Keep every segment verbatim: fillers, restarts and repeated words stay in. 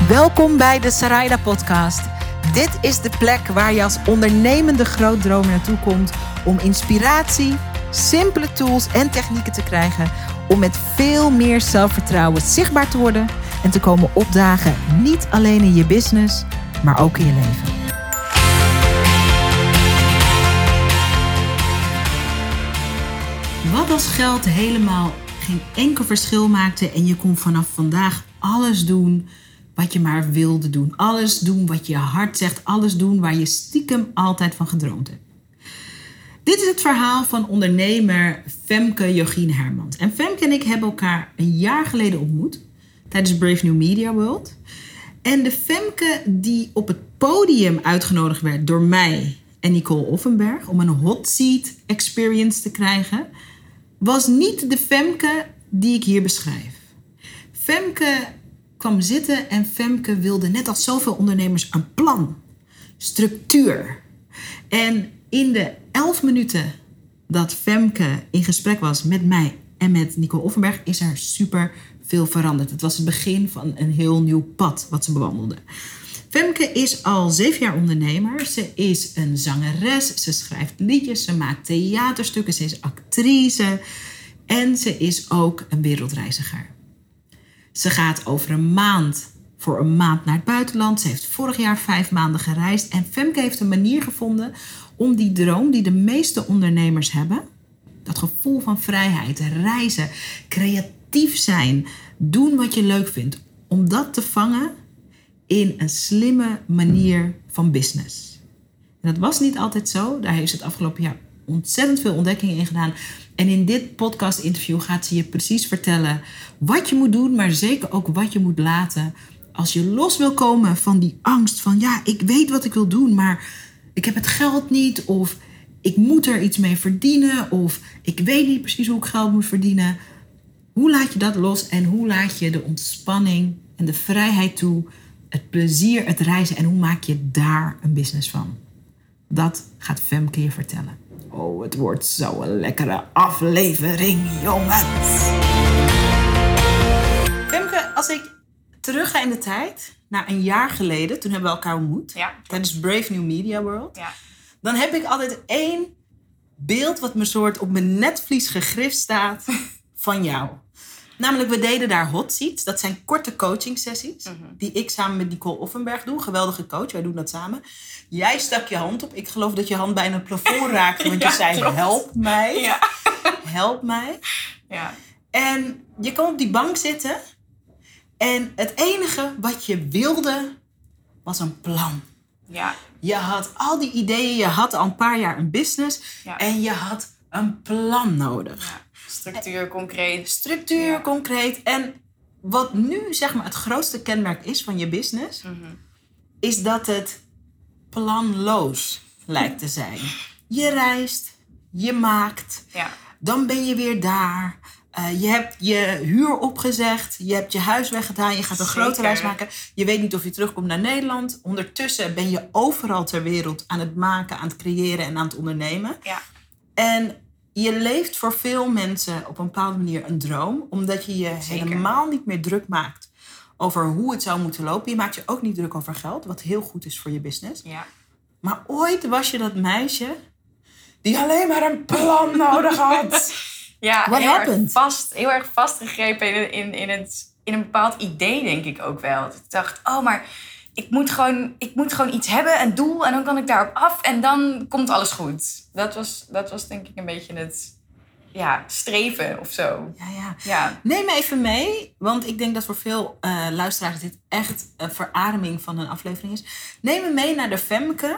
Welkom bij de Sarayda podcast. Dit is de plek waar je als ondernemende grootdromer naartoe komt om inspiratie, simpele tools en technieken te krijgen om met veel meer zelfvertrouwen zichtbaar te worden en te komen opdagen, niet alleen in je business, maar ook in je leven. Wat als geld helemaal geen enkel verschil maakte en je kon vanaf vandaag alles doen wat je maar wilde doen. Alles doen wat je hart zegt. Alles doen waar je stiekem altijd van gedroomd hebt. Dit is het verhaal van ondernemer Femke Jogien Hermans. En Femke en ik hebben elkaar een jaar geleden ontmoet tijdens Brave New Media World. En de Femke die op het podium uitgenodigd werd door mij en Nicole Offenberg om een hot seat experience te krijgen, was niet de Femke die ik hier beschrijf. Femke kwam zitten en Femke wilde net als zoveel ondernemers een plan, structuur. En in de elf minuten dat Femke in gesprek was met mij en met Nicole Offenberg is er super veel veranderd. Het was het begin van een heel nieuw pad wat ze bewandelde. Femke is al zeven jaar ondernemer. Ze is een zangeres. Ze schrijft liedjes. Ze maakt theaterstukken. Ze is actrice. En ze is ook een wereldreiziger. Ze gaat over een maand voor een maand naar het buitenland. Ze heeft vorig jaar vijf maanden gereisd. En Femke heeft een manier gevonden om die droom die de meeste ondernemers hebben, dat gevoel van vrijheid, reizen, creatief zijn, doen wat je leuk vindt, om dat te vangen in een slimme manier van business. En dat was niet altijd zo. Daar heeft ze het afgelopen jaar ontzettend veel ontdekkingen in gedaan. En in dit podcast interview gaat ze je precies vertellen wat je moet doen, maar zeker ook wat je moet laten als je los wil komen van die angst van ja, ik weet wat ik wil doen, maar ik heb het geld niet, of ik moet er iets mee verdienen, of ik weet niet precies hoe ik geld moet verdienen. Hoe laat je dat los en hoe laat je de ontspanning en de vrijheid toe, het plezier, het reizen en hoe maak je daar een business van? Dat gaat Femke je vertellen. Oh, het wordt zo'n lekkere aflevering, jongens. Femke, als ik terug ga in de tijd, naar een jaar geleden, toen hebben we elkaar ontmoet. Ja. Tijdens Brave New Media World. Ja. Dan heb ik altijd één beeld wat me soort op mijn netvlies gegrift staat van jou. Namelijk, we deden daar hot seats. Dat zijn korte coaching sessies. Mm-hmm. Die ik samen met Nicole Offenberg doe. Geweldige coach, wij doen dat samen. Jij stak je hand op. Ik geloof dat je hand bijna het plafond raakte. Want ja, je zei, klopt. help mij. Ja. Help mij. Ja. En je kwam op die bank zitten. En het enige wat je wilde, was een plan. Ja. Je had al die ideeën. Je had al een paar jaar een business. Ja. En je had een plan nodig. Ja. Structuur, concreet. Structuur, ja. concreet. En wat nu zeg maar het grootste kenmerk is van je business, mm-hmm. is dat het planloos lijkt te zijn. Je reist, je maakt, ja. dan ben je weer daar. Uh, je hebt je huur opgezegd, je hebt je huis weggedaan, je gaat een Zeker. grote reis maken. Je weet niet of je terugkomt naar Nederland. Ondertussen ben je overal ter wereld aan het maken, aan het creëren en aan het ondernemen. Ja. En je leeft voor veel mensen op een bepaalde manier een droom. Omdat je je Zeker. helemaal niet meer druk maakt over hoe het zou moeten lopen. Je maakt je ook niet druk over geld. Wat heel goed is voor je business. Ja. Maar ooit was je dat meisje die alleen maar een plan nodig had. Ja, What heel happened? Erg vast, heel erg vastgegrepen in, in, in, het, in een bepaald idee, denk ik ook wel. Ik dacht, oh, maar ik moet, gewoon, ik moet gewoon iets hebben, een doel, en dan kan ik daarop af en dan komt alles goed. Dat was, dat was denk ik een beetje het ja, streven of zo. Ja, ja. Ja. Neem me even mee, want ik denk dat voor veel uh, luisteraars dit echt een verademing van een aflevering is. Neem me mee naar de Femke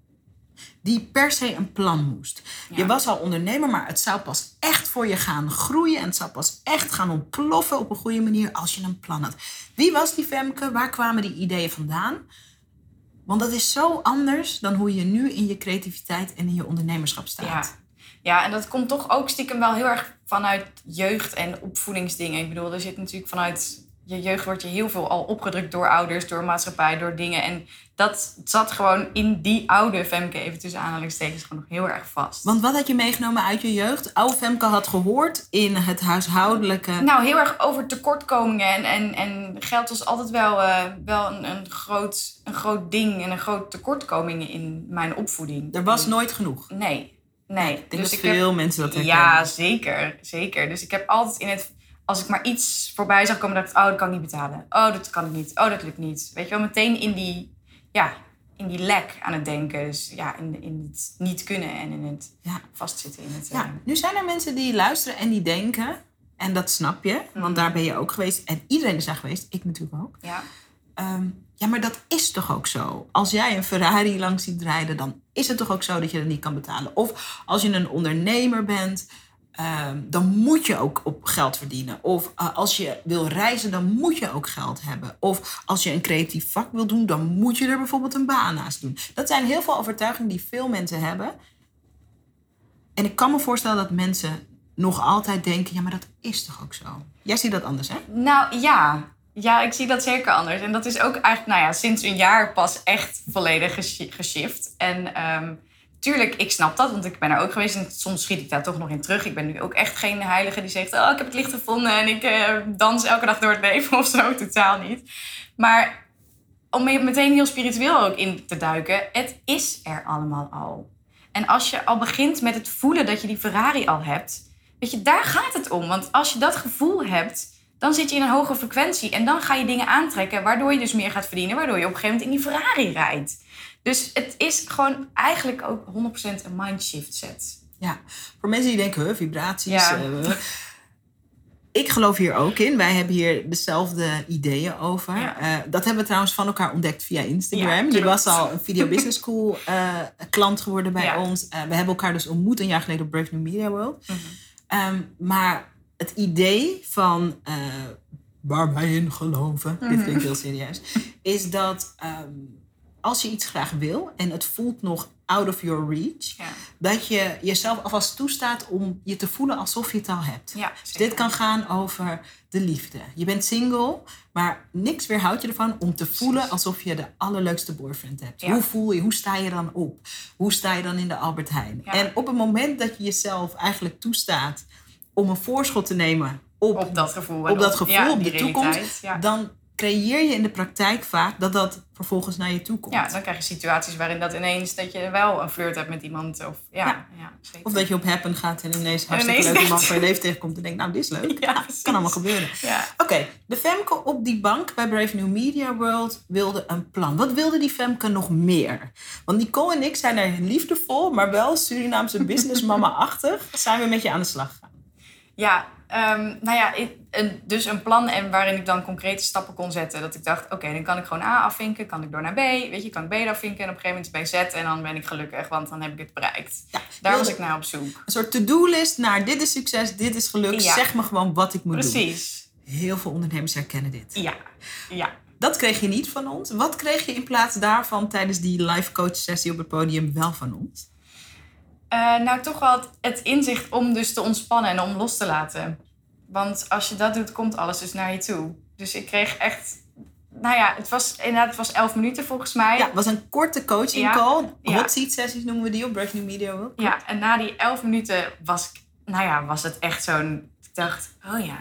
die per se een plan moest. Ja. Je was al ondernemer, maar het zou pas echt voor je gaan groeien. En het zou pas echt gaan ontploffen op een goede manier als je een plan had. Wie was die Femke? Waar kwamen die ideeën vandaan? Want dat is zo anders dan hoe je nu in je creativiteit en in je ondernemerschap staat. Ja, ja, en dat komt toch ook stiekem wel heel erg vanuit jeugd en opvoedingsdingen. Ik bedoel, er zit natuurlijk vanuit je jeugd wordt je heel veel al opgedrukt door ouders, door maatschappij, door dingen. En dat zat gewoon in die oude Femke, even tussen aanhalingstekens, gewoon nog heel erg vast. Want wat had je meegenomen uit je jeugd? Oude Femke had gehoord in het huishoudelijke... Nou, heel erg over tekortkomingen. En, en, en geld was altijd wel, uh, wel een, een, groot, een groot ding en een groot tekortkoming in mijn opvoeding. Er was nooit genoeg? Nee, nee. Ik denk dus dat ik veel heb, mensen dat herkennen. Ja, zeker, zeker. Dus ik heb altijd in het... Als ik maar iets voorbij zag komen, dacht ik, oh, dat kan ik niet betalen. Oh, dat kan ik niet. Oh, dat lukt niet. Weet je wel, meteen in die, ja, in die lek aan het denken. Dus ja, in, in het niet kunnen en in het ja. vastzitten in het... Ja, uh... nu zijn er mensen die luisteren en die denken, en dat snap je, want mm-hmm. daar ben je ook geweest. En iedereen is daar geweest, ik natuurlijk ook. Ja. Um, ja, maar dat is toch ook zo? Als jij een Ferrari langs ziet rijden, dan is het toch ook zo dat je dat niet kan betalen? Of als je een ondernemer bent... Um, dan moet je ook op geld verdienen. Of uh, als je wil reizen, dan moet je ook geld hebben. Of als je een creatief vak wil doen, dan moet je er bijvoorbeeld een baan naast doen. Dat zijn heel veel overtuigingen die veel mensen hebben. En ik kan me voorstellen dat mensen nog altijd denken... ja, maar dat is toch ook zo? Jij ziet dat anders, hè? Nou, ja. Ja, ik zie dat zeker anders. En dat is ook eigenlijk, nou ja, sinds een jaar pas echt volledig geshift. En... Um, Tuurlijk, ik snap dat, want ik ben er ook geweest en soms schiet ik daar toch nog in terug. Ik ben nu ook echt geen heilige die zegt, oh, ik heb het licht gevonden en ik uh, dans elke dag door het leven of zo. Totaal niet. Maar om meteen heel spiritueel ook in te duiken, het is er allemaal al. En als je al begint met het voelen dat je die Ferrari al hebt, weet je, daar gaat het om. Want als je dat gevoel hebt, dan zit je in een hoge frequentie en dan ga je dingen aantrekken waardoor je dus meer gaat verdienen, waardoor je op een gegeven moment in die Ferrari rijdt. Dus het is gewoon eigenlijk ook honderd procent een mindshift set. Ja, voor mensen die denken, huh, vibraties. Ja. Uh, ik geloof hier ook in. Wij hebben hier dezelfde ideeën over. Ja. Uh, dat hebben we trouwens van elkaar ontdekt via Instagram. Ja, je was al een Video Business School uh, klant geworden bij ja. ons. Uh, we hebben elkaar dus ontmoet een jaar geleden op Brave New Media World. Mm-hmm. Um, maar het idee van uh, waar wij in geloven, mm-hmm. dit klinkt heel serieus, is dat... Um, als je iets graag wil en het voelt nog out of your reach... Ja. dat je jezelf alvast toestaat om je te voelen alsof je het al hebt. Ja, dus dit kan gaan over de liefde. Je bent single, maar niks weerhoudt je ervan om te voelen... alsof je de allerleukste boyfriend hebt. Ja. Hoe voel je? Hoe sta je dan op? Hoe sta je dan in de Albert Heijn? Ja. En op het moment dat je jezelf eigenlijk toestaat om een voorschot te nemen... op, op dat gevoel, op, dat gevoel, ja, op de toekomst... Ja. dan creëer je in de praktijk vaak dat dat vervolgens naar je toe komt. Ja, dan krijg je situaties waarin dat ineens... dat je wel een flirt hebt met iemand. Of, ja, ja. Ja, of dat je op Happen gaat en ineens hartstikke leuk iemand van je leven tegenkomt... en denkt, nou, dit is leuk. Ja, dat kan allemaal gebeuren. Ja. Oké, okay, de Femke op die bank bij Brave New Media World wilde een plan. Wat wilde die Femke nog meer? Want Nicole en ik zijn er liefdevol... maar wel Surinaamse businessmama-achtig... zijn we met je aan de slag gegaan. Ja, um, nou ja, ik, een, dus een plan en waarin ik dan concrete stappen kon zetten. Dat ik dacht, oké, okay, dan kan ik gewoon A afvinken, kan ik door naar B. Weet je, kan ik B afvinken en op een gegeven moment bij Z. En dan ben ik gelukkig, want dan heb ik het bereikt. Ja, daar was ik naar op zoek. Een soort to-do-list naar dit is succes, dit is geluk. Ja. Zeg me gewoon wat ik moet Precies. doen. Precies. Heel veel ondernemers herkennen dit. Ja, ja. Dat kreeg je niet van ons. Wat kreeg je in plaats daarvan tijdens die live coach sessie op het podium wel van ons? Uh, nou, toch wel het, het inzicht om dus te ontspannen en om los te laten. Want als je dat doet, komt alles dus naar je toe. Dus ik kreeg echt... Nou ja, het was inderdaad het was elf minuten volgens mij. Ja, het was een korte coaching ja, call. Ja. Hot seat sessies noemen we die op Brave New Media World. Ja, en na die elf minuten was, nou ja, was het echt zo'n... Ik dacht, oh ja.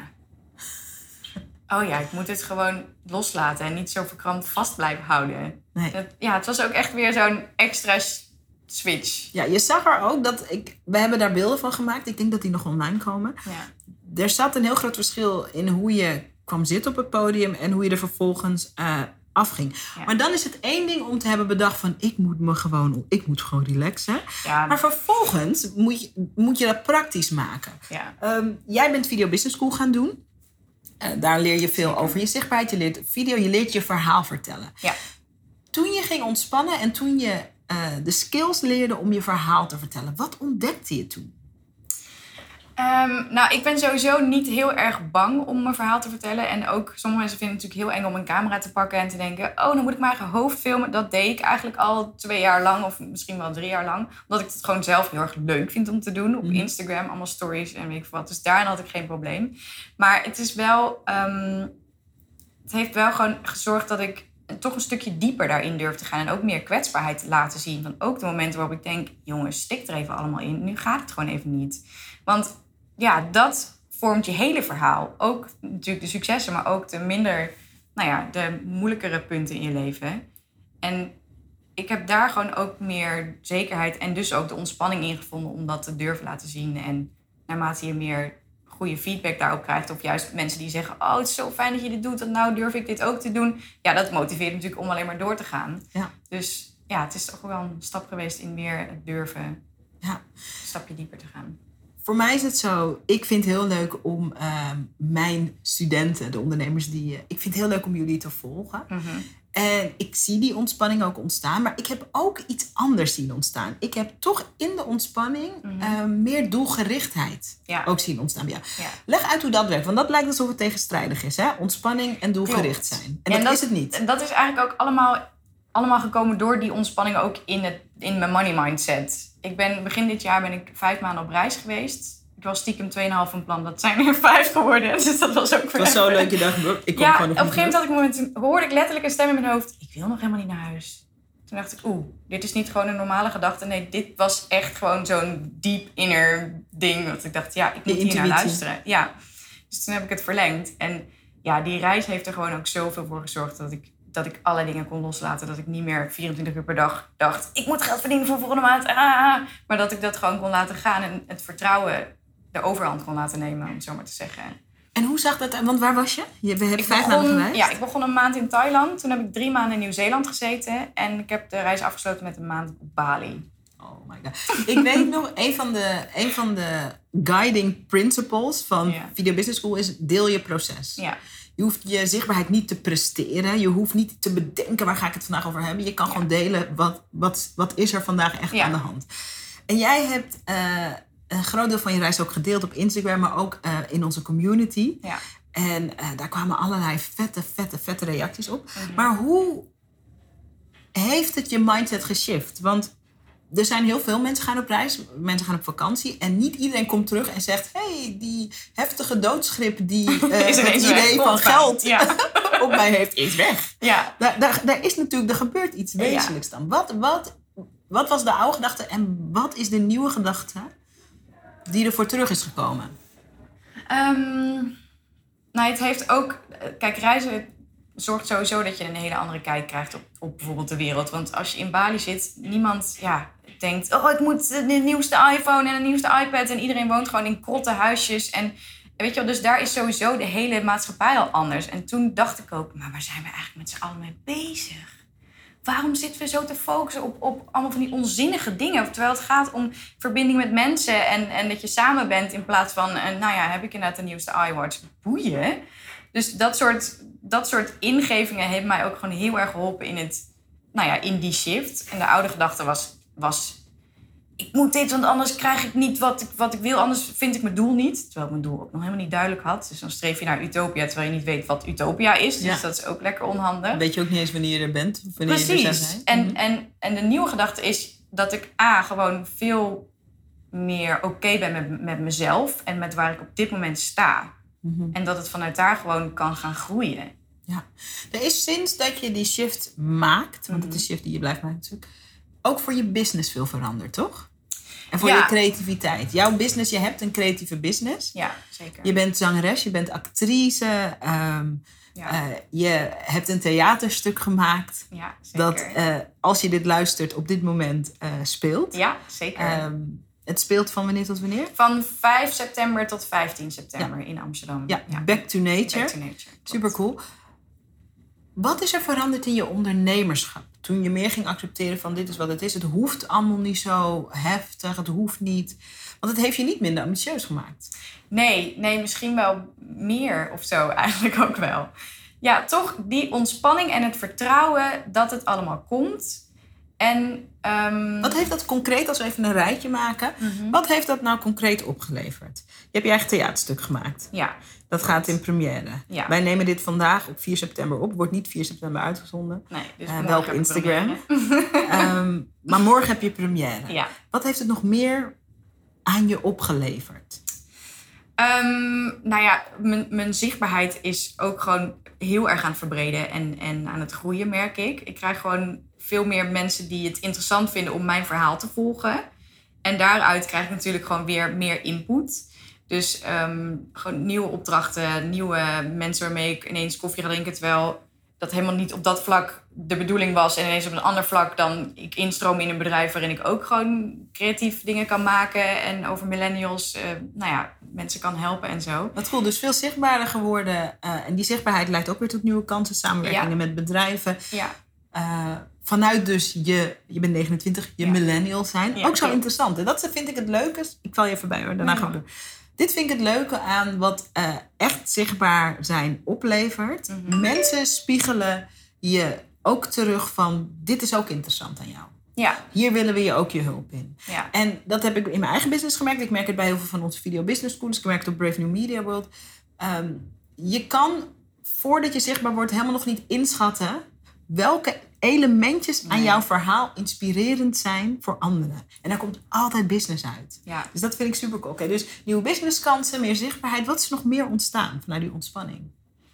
Oh ja, ik moet het gewoon loslaten en niet zo verkrampt vast blijven houden. Nee. Dat, ja, het was ook echt weer zo'n extra... switch. Ja, je zag er ook dat ik... We hebben daar beelden van gemaakt. Ik denk dat die nog online komen. Ja. Er zat een heel groot verschil in hoe je kwam zitten op het podium... en hoe je er vervolgens uh, afging. Ja. Maar dan is het één ding om te hebben bedacht van... ik moet me gewoon, ik moet gewoon relaxen. Ja. Maar vervolgens moet je, moet je dat praktisch maken. Ja. Um, jij bent Video Business School gaan doen. Uh, daar leer je veel Zeker. over je zichtbaarheid. Je leert video, je leert je verhaal vertellen. Ja. Toen je ging ontspannen en toen je... Uh, de skills leerde om je verhaal te vertellen. Wat ontdekte je toen? Um, nou, ik ben sowieso niet heel erg bang om mijn verhaal te vertellen. En ook sommige mensen vinden het natuurlijk heel eng om een camera te pakken en te denken... oh, dan moet ik mijn eigen hoofd filmen. Dat deed ik eigenlijk al twee jaar lang of misschien wel drie jaar lang. Omdat ik het gewoon zelf heel erg leuk vind om te doen. Op mm. Instagram, allemaal stories en weet ik wat. Dus daarin had ik geen probleem. Maar het is wel... Um, het heeft wel gewoon gezorgd dat ik toch een stukje dieper daarin durf te gaan. En ook meer kwetsbaarheid te laten zien. Dan ook de momenten waarop ik denk, jongens, stik er even allemaal in. Nu gaat het gewoon even niet. Want ja, dat vormt je hele verhaal. Ook natuurlijk de successen, maar ook de minder, nou ja, de moeilijkere punten in je leven. En ik heb daar gewoon ook meer zekerheid en dus ook de ontspanning in gevonden om dat te durven laten zien. En naarmate je meer goede feedback daarop krijgt, of juist mensen die zeggen, oh, het is zo fijn dat je dit doet, en nou durf ik dit ook te doen. Ja, dat motiveert natuurlijk om alleen maar door te gaan. Ja. Dus ja, het is toch wel een stap geweest in meer het durven ja. een stapje dieper te gaan. Voor mij is het zo, ik vind het heel leuk om uh, mijn studenten, de ondernemers die... Uh, ik vind het heel leuk om jullie te volgen. Mm-hmm. En ik zie die ontspanning ook ontstaan. Maar ik heb ook iets anders zien ontstaan. Ik heb toch in de ontspanning mm-hmm. uh, meer doelgerichtheid ja. ook zien ontstaan. Ja. Ja. Leg uit hoe dat werkt. Want dat lijkt alsof het tegenstrijdig is. Hè? Ontspanning en doelgericht zijn. En, en dat, dat is het niet. En dat is eigenlijk ook allemaal, allemaal gekomen door die ontspanning ook in, het, in mijn money mindset. Ik ben, begin dit jaar ben ik vijf maanden op reis geweest. Ik was stiekem twee komma vijf van plan. Dat zijn er vijf geworden. Dus dat was ook voor Het was zo leuk. Je dacht, ik kom ja, gewoon nog op een gegeven moment had ik een moment, hoorde ik letterlijk een stem in mijn hoofd. Ik wil nog helemaal niet naar huis. Toen dacht ik, oeh, dit is niet gewoon een normale gedachte. Nee, dit was echt gewoon zo'n deep inner ding. Dat ik dacht, ja, ik moet hier naar luisteren. Ja. Dus toen heb ik het verlengd. En ja, die reis heeft er gewoon ook zoveel voor gezorgd dat ik... dat ik alle dingen kon loslaten. Dat ik niet meer vierentwintig uur per dag dacht, ik moet geld verdienen voor volgende maand. Ah, maar dat ik dat gewoon kon laten gaan. En het vertrouwen de overhand kon laten nemen, om het zo maar te zeggen. En hoe zag dat? Want waar was je? Je hebt ik vijf begon, maanden gereisd? Ja, ik begon een maand in Thailand. Toen heb ik drie maanden in Nieuw-Zeeland gezeten. En ik heb de reis afgesloten met een maand op Bali. Oh my god. Ik weet nog, een van de, een van de guiding principles van yeah. Video Business School is deel je proces. Ja. Je hoeft je zichtbaarheid niet te presteren. Je hoeft niet te bedenken, waar ga ik het vandaag over hebben. Je kan ja. gewoon delen, wat, wat, wat is er vandaag echt ja. aan de hand. En jij hebt uh, een groot deel van je reis ook gedeeld op Instagram, maar ook uh, in onze community. Ja. En uh, daar kwamen allerlei vette, vette, vette reacties op. Mm-hmm. Maar hoe heeft het je mindset geshift? Want er zijn heel veel mensen gaan op reis, mensen gaan op vakantie. En niet iedereen komt terug en zegt, hey, die heftige doodsgrip die uh, het idee weg. van geld ja. op mij heeft, is weg. Ja. Daar, daar, daar is natuurlijk, er gebeurt iets wezenlijks dan. Wat, wat, wat was de oude gedachte en wat is de nieuwe gedachte die er voor terug is gekomen? Um, nou, het heeft ook... Kijk, reizen zorgt sowieso dat je een hele andere kijk krijgt op, op bijvoorbeeld de wereld. Want als je in Bali zit, niemand ja, denkt, oh, ik moet de nieuwste iPhone en de nieuwste iPad. En iedereen woont gewoon in krotte huisjes. En weet je wel, dus daar is sowieso de hele maatschappij al anders. En toen dacht ik ook, maar waar zijn we eigenlijk met z'n allen mee bezig? Waarom zitten we zo te focussen op, op allemaal van die onzinnige dingen? Terwijl het gaat om verbinding met mensen en, en dat je samen bent in plaats van, uh, nou ja, heb ik inderdaad de nieuwste iWatch? Boeien. Dus dat soort, dat soort ingevingen heeft mij ook gewoon heel erg geholpen in, het, nou ja, in die shift. En de oude gedachte was, was, ik moet dit, want anders krijg ik niet wat ik, wat ik wil. Anders vind ik mijn doel niet. Terwijl ik mijn doel ook nog helemaal niet duidelijk had. Dus dan streef je naar utopia, terwijl je niet weet wat utopia is. Dus ja. dat is ook lekker onhandig. Weet je ook niet eens wanneer je er bent? Wanneer Precies. Je er zijn? En, mm-hmm. en, en de nieuwe gedachte is dat ik A, gewoon veel meer oké okay ben met, met mezelf. En met waar ik op dit moment sta. Mm-hmm. En dat het vanuit daar gewoon kan gaan groeien. Ja, er is sinds dat je die shift maakt, want mm-hmm. het is shift die je blijft maken natuurlijk, ook voor je business veel veranderd, toch? En voor ja. je creativiteit. Jouw business, je hebt een creatieve business. Ja, zeker. Je bent zangeres, je bent actrice. Um, ja. uh, je hebt een theaterstuk gemaakt. Ja, zeker. Dat uh, als je dit luistert op dit moment uh, speelt. Ja, zeker. Um, het speelt van wanneer tot wanneer? Van vijf september tot vijftien september ja. in Amsterdam. Ja, ja, Back to Nature. Back to Nature. Super cool. Wat is er veranderd in je ondernemerschap? Toen je meer ging accepteren van dit is wat het is. Het hoeft allemaal niet zo heftig. Het hoeft niet. Want het heeft je niet minder ambitieus gemaakt. Nee, nee, misschien wel meer of zo. Eigenlijk ook wel. Ja, toch die ontspanning en het vertrouwen dat het allemaal komt. En, um... wat heeft dat concreet, als we even een rijtje maken. Mm-hmm. Wat heeft dat nou concreet opgeleverd? Je hebt je eigen theaterstuk gemaakt. Ja. Dat gaat in première. Ja. Wij nemen dit vandaag op vier september op. Wordt niet vier september uitgezonden. Nee, dus uh, wel op Instagram. um, maar morgen heb je première. Ja. Wat heeft het nog meer aan je opgeleverd? Um, nou ja, m- mijn zichtbaarheid is ook gewoon heel erg aan het verbreden en, en aan het groeien, merk ik. Ik krijg gewoon veel meer mensen die het interessant vinden om mijn verhaal te volgen. En daaruit krijg ik natuurlijk gewoon weer meer input. Dus um, gewoon nieuwe opdrachten, nieuwe mensen waarmee ik ineens koffie ga drinken. Terwijl dat helemaal niet op dat vlak de bedoeling was. En ineens op een ander vlak dan ik instroom in een bedrijf waarin ik ook gewoon creatief dingen kan maken. En over millennials, uh, nou ja, mensen kan helpen en zo. Wat goed, dus veel zichtbaarder geworden. Uh, en die zichtbaarheid leidt ook weer tot nieuwe kansen, samenwerkingen ja. met bedrijven. Ja. Uh, vanuit dus je, je bent negenentwintig, je ja. millennial zijn. Ja, ook zo ja. interessant. En dat vind ik het leuke. Ik val je even bij hoor, daarna nee, gaan we doen. Dit vind ik het leuke aan wat uh, echt zichtbaar zijn oplevert. Mm-hmm. Mensen spiegelen je ook terug van, dit is ook interessant aan jou. Ja. Hier willen we je ook je hulp in. Ja. En dat heb ik in mijn eigen business gemerkt. Ik merk het bij heel veel van onze video business schools. Ik merk het op Brave New Media World. Um, je kan, voordat je zichtbaar wordt, helemaal nog niet inschatten welke elementjes nee. aan jouw verhaal inspirerend zijn voor anderen. En daar komt altijd business uit. Ja. Dus dat vind ik super cool. Okay, dus nieuwe businesskansen, meer zichtbaarheid. Wat is er nog meer ontstaan vanuit die ontspanning?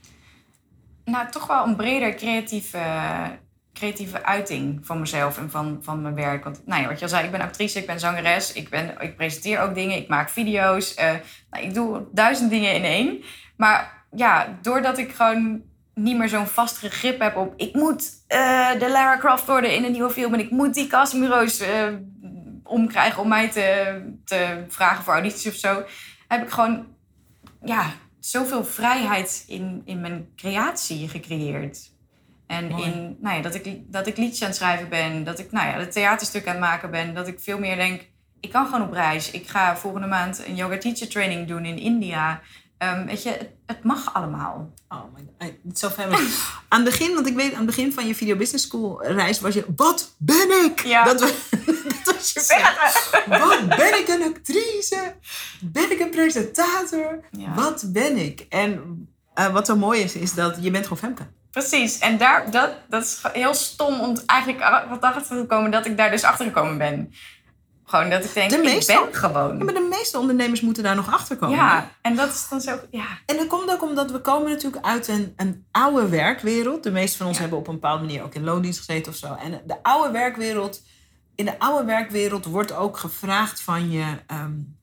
Nou, toch wel een breder creatieve, creatieve uiting van mezelf en van, van mijn werk. Want nou ja, wat je al zei, ik ben actrice, ik ben zangeres. Ik, ben, ik presenteer ook dingen, ik maak video's. Uh, nou, ik doe duizend dingen in één. Maar ja, doordat ik gewoon niet meer zo'n vastere grip heb op, ik moet uh, de Lara Croft worden in een nieuwe film en ik moet die castingbureaus uh, omkrijgen om mij te, te vragen voor audities of zo, heb ik gewoon ja, zoveel vrijheid in, in mijn creatie gecreëerd. En Mooi. in, nou ja, dat, ik, dat ik liedjes aan het schrijven ben, dat ik nou ja, het theaterstuk aan het maken ben, dat ik veel meer denk, ik kan gewoon op reis. Ik ga volgende maand een yoga teacher training doen in India. Um, weet je, het, het mag allemaal. Oh my god, het is zo fijn. Aan het begin, want ik weet, aan het begin van je Video Business School reis was je, wat ben ik? Ja. Dat, was, dat was je zeg. Wat ben ik een actrice? Ben ik een presentator? Ja. Wat ben ik? En uh, wat zo mooi is, is dat je bent gewoon Femke. Precies. En daar, dat, dat is heel stom om eigenlijk wat achter te komen dat ik daar dus achter gekomen ben. Gewoon dat ik denk, de meeste, ik ben gewoon. Ja, maar de meeste ondernemers moeten daar nog achter komen. Ja, en dat is dan zo, ja. En dat komt ook omdat we komen natuurlijk uit een, een oude werkwereld. De meeste van ons ja. hebben op een bepaalde manier ook in loondienst gezeten of zo. En de oude werkwereld, in de oude werkwereld wordt ook gevraagd van je um,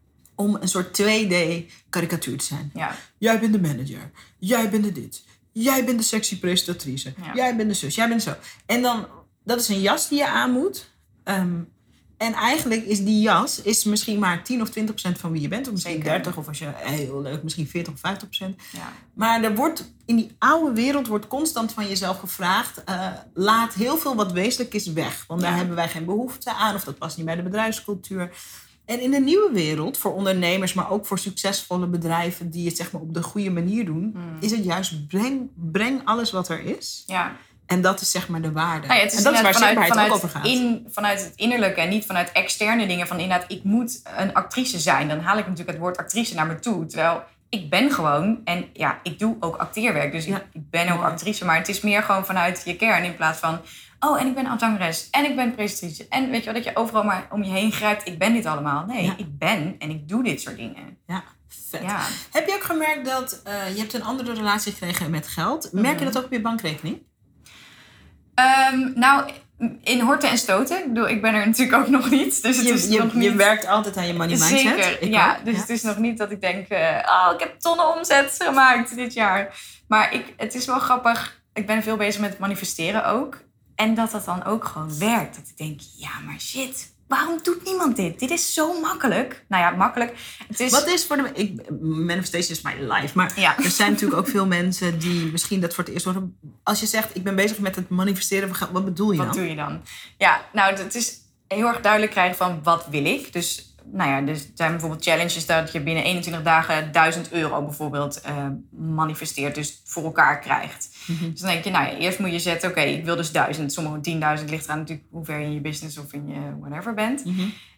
om een soort twee D-karikatuur te zijn. Ja. Jij bent de manager, jij bent de dit, jij bent de sexy presentatrice, ja. jij bent de zus, jij bent zo. En dan, dat is een jas die je aan moet. Um, En eigenlijk is die jas is misschien maar tien of twintig procent van wie je bent. Of misschien Zeker. dertig of als je heel leuk, misschien veertig of vijftig procent. Ja. Maar er wordt, in die oude wereld wordt constant van jezelf gevraagd, Uh, laat heel veel wat wezenlijk is weg. Want daar ja. hebben wij geen behoefte aan. Of dat past niet bij de bedrijfscultuur. En in de nieuwe wereld, voor ondernemers, maar ook voor succesvolle bedrijven die het zeg maar op de goede manier doen, hmm. is het juist breng, breng alles wat er is. Ja. En dat is zeg maar de waarde. Nou ja, het is en dat is waar vanuit, vanuit, ook over gaat. In, vanuit het innerlijke en niet vanuit externe dingen. Van inderdaad, ik moet een actrice zijn. Dan haal ik natuurlijk het woord actrice naar me toe. Terwijl ik ben gewoon, en ja, ik doe ook acteerwerk. Dus ja. ik, ik ben ook actrice. Maar het is meer gewoon vanuit je kern in plaats van, oh, en ik ben zangeres. En ik ben presentatrice. En weet je wel, dat je overal maar om je heen grijpt. Ik ben dit allemaal. Nee, ja. ik ben en ik doe dit soort dingen. Ja. Vet. Ja. Heb je ook gemerkt dat uh, je hebt een andere relatie gekregen met geld? Merk mm-hmm. je dat ook op je bankrekening? Um, nou, in horten en stoten. Ik bedoel, ik ben er natuurlijk ook nog niet. Dus het je, is je, nog niet... je werkt altijd aan je money mindset. Zeker, ik ja. ook. Dus ja. het is nog niet dat ik denk, uh, oh, ik heb tonnen omzet gemaakt dit jaar. Maar ik, het is wel grappig. Ik ben veel bezig met manifesteren ook. En dat dat dan ook gewoon werkt. Dat ik denk, ja, maar shit. Waarom doet niemand dit? Dit is zo makkelijk. Nou ja, makkelijk. Het is... Wat is voor de... Ik, manifestation is my life. Maar ja. er zijn natuurlijk ook veel mensen die misschien dat voor het eerst horen. Als je zegt, ik ben bezig met het manifesteren. Wat bedoel je wat dan? Wat doe je dan? Ja, nou, het is heel erg duidelijk krijgen van wat wil ik. Dus, nou ja, dus er zijn bijvoorbeeld challenges dat je binnen eenentwintig dagen duizend euro bijvoorbeeld uh, manifesteert. Dus voor elkaar krijgt. Mm-hmm. Dus dan denk je, nou ja, eerst moet je zetten, oké, okay, ik wil dus duizend. Sommigen tienduizend ligt eraan natuurlijk hoe ver je in je business of in je whatever bent. Mm-hmm.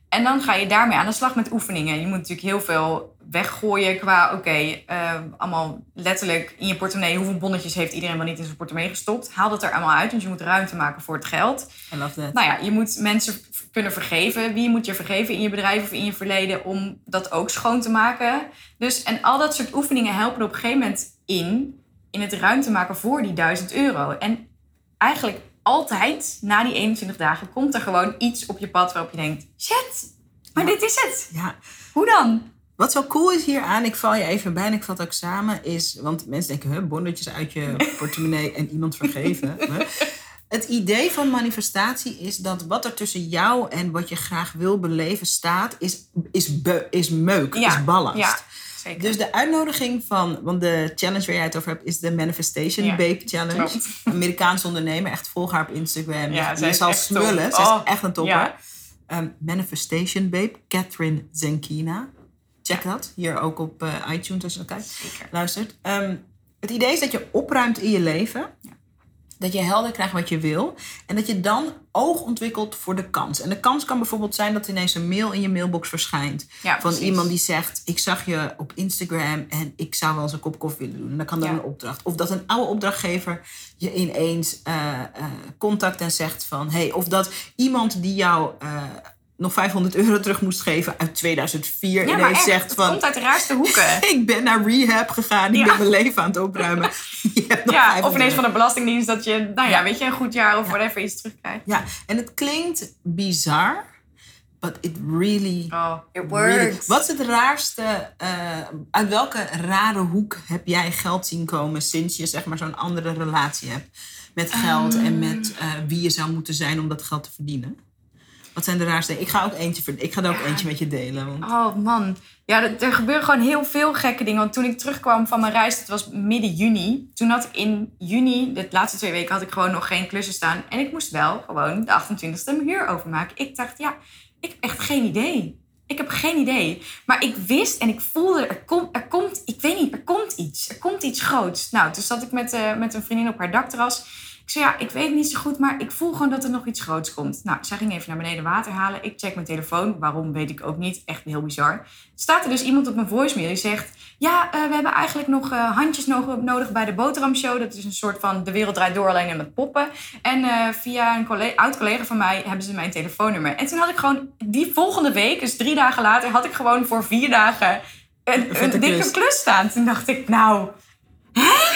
En dan ga je daarmee aan de slag met oefeningen. Je moet natuurlijk heel veel weggooien qua... oké, okay, uh, allemaal letterlijk in je portemonnee... hoeveel bonnetjes heeft iedereen wel niet in zijn portemonnee gestopt? Haal dat er allemaal uit, want je moet ruimte maken voor het geld. I love that. Nou ja, je moet mensen kunnen vergeven. Wie moet je vergeven in je bedrijf of in je verleden... om dat ook schoon te maken? Dus, en al dat soort oefeningen helpen er op een gegeven moment in... in het ruimte maken voor die duizend euro. En eigenlijk... altijd, na die eenentwintig dagen, komt er gewoon iets op je pad waarop je denkt... shit, maar ja. dit is het. Ja. Hoe dan? Wat zo cool is hieraan, ik val je even bij en ik val het ook samen... is, want mensen denken, huh, bonnetjes uit je portemonnee en iemand vergeven. Het idee van manifestatie is dat wat er tussen jou en wat je graag wil beleven staat... is, is, be, is meuk, ja. is ballast. Ja. Zeker. Dus de uitnodiging van, want de challenge waar jij het over hebt, is de Manifestation ja, Babe Challenge. Klopt. Amerikaanse ondernemer, echt volg haar op Instagram. Ja, je zal smullen, ze oh, is echt een topper. Ja. Um, Manifestation Babe, Catherine Zenkina. Check ja. dat, hier ook op uh, iTunes als je kijkt, Zeker. luistert. Um, het idee is dat je opruimt in je leven. Ja. Dat je helder krijgt wat je wil. En dat je dan oog ontwikkelt voor de kans. En de kans kan bijvoorbeeld zijn dat ineens een mail in je mailbox verschijnt. Ja, van precies. iemand die zegt, ik zag je op Instagram en ik zou wel eens een kop koffie willen doen. En dan kan dat ja. een opdracht. Of dat een oude opdrachtgever je ineens uh, uh, contact en zegt van... Hey, of dat iemand die jou... Uh, nog vijfhonderd euro terug moest geven uit tweeduizend vier. Ja, ineens echt, zegt het van... komt uit de raarste hoeken. Ik ben naar rehab gegaan. Ik ja. ben mijn leven aan het opruimen. Je hebt nog ja, of ineens van de Belastingdienst dat je... Nou ja, weet je, een goed jaar of ja. whatever iets terugkrijgt. Ja, en het klinkt bizar. But it really... Oh, it works. Really, wat is het raarste... Uh, uit welke rare hoek heb jij geld zien komen... sinds je zeg maar zo'n andere relatie hebt met geld... Um. en met uh, wie je zou moeten zijn om dat geld te verdienen? Wat zijn de raarste? Ik ga ook eentje, ik ga er ook ja. eentje met je delen. Want... Oh man. Ja, er, er gebeuren gewoon heel veel gekke dingen. Want toen ik terugkwam van mijn reis, het was midden juni. Toen had ik in juni, de laatste twee weken, had ik gewoon nog geen klussen staan. En ik moest wel gewoon de achtentwintigste mijn huur overmaken. Ik dacht, ja, ik heb echt geen idee. Ik heb geen idee. Maar ik wist en ik voelde, er, kom, er komt, ik weet niet, er komt iets. Er komt iets groots. Nou, toen zat ik met, uh, met een vriendin op haar dakterras. Ik zei, ja, ik weet niet zo goed, maar ik voel gewoon dat er nog iets groots komt. Nou, zij ging even naar beneden water halen. Ik check mijn telefoon. Waarom, weet ik ook niet. Echt heel bizar. Staat er dus iemand op mijn voicemail die zegt... Ja, uh, we hebben eigenlijk nog uh, handjes nog nodig bij de boterhamshow. Dat is een soort van De Wereld Draait Door, alleen met poppen. En uh, via een collega, oud collega van mij hebben ze mijn telefoonnummer. En toen had ik gewoon die volgende week, dus drie dagen later... had ik gewoon voor vier dagen een, een dikke klus. klus staan. Toen dacht ik, nou... Hè?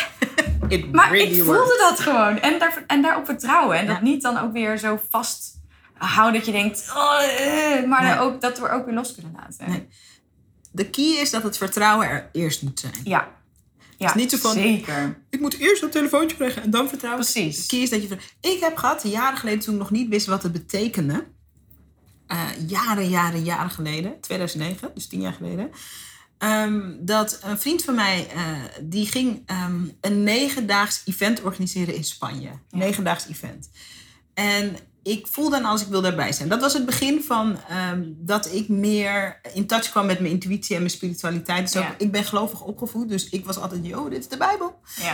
It maar really ik voelde works. dat gewoon. En, daar, en daarop vertrouwen. En ja. dat niet dan ook weer zo vasthouden dat je denkt... Oh, uh, maar nee. ook, dat we er ook weer los kunnen laten. Nee. De key is dat het vertrouwen er eerst moet zijn. Ja, ja het is niet zo van, zeker. Ik moet eerst dat telefoontje krijgen en dan vertrouwen. Precies. De key is dat je... Ik heb gehad, jaren geleden, toen ik nog niet wist wat het betekende. Uh, jaren, jaren, jaren geleden. tweeduizend negen, dus tien jaar geleden. Um, dat een vriend van mij, uh, die ging um, een negendaags event organiseren in Spanje. Ja. Negendaags event. En ik voelde dan als ik wil daarbij zijn. Dat was het begin van um, dat ik meer in touch kwam met mijn intuïtie en mijn spiritualiteit. Dus ook, ja. ik ben gelovig opgevoed, dus ik was altijd, yo, dit is de Bijbel. Ja.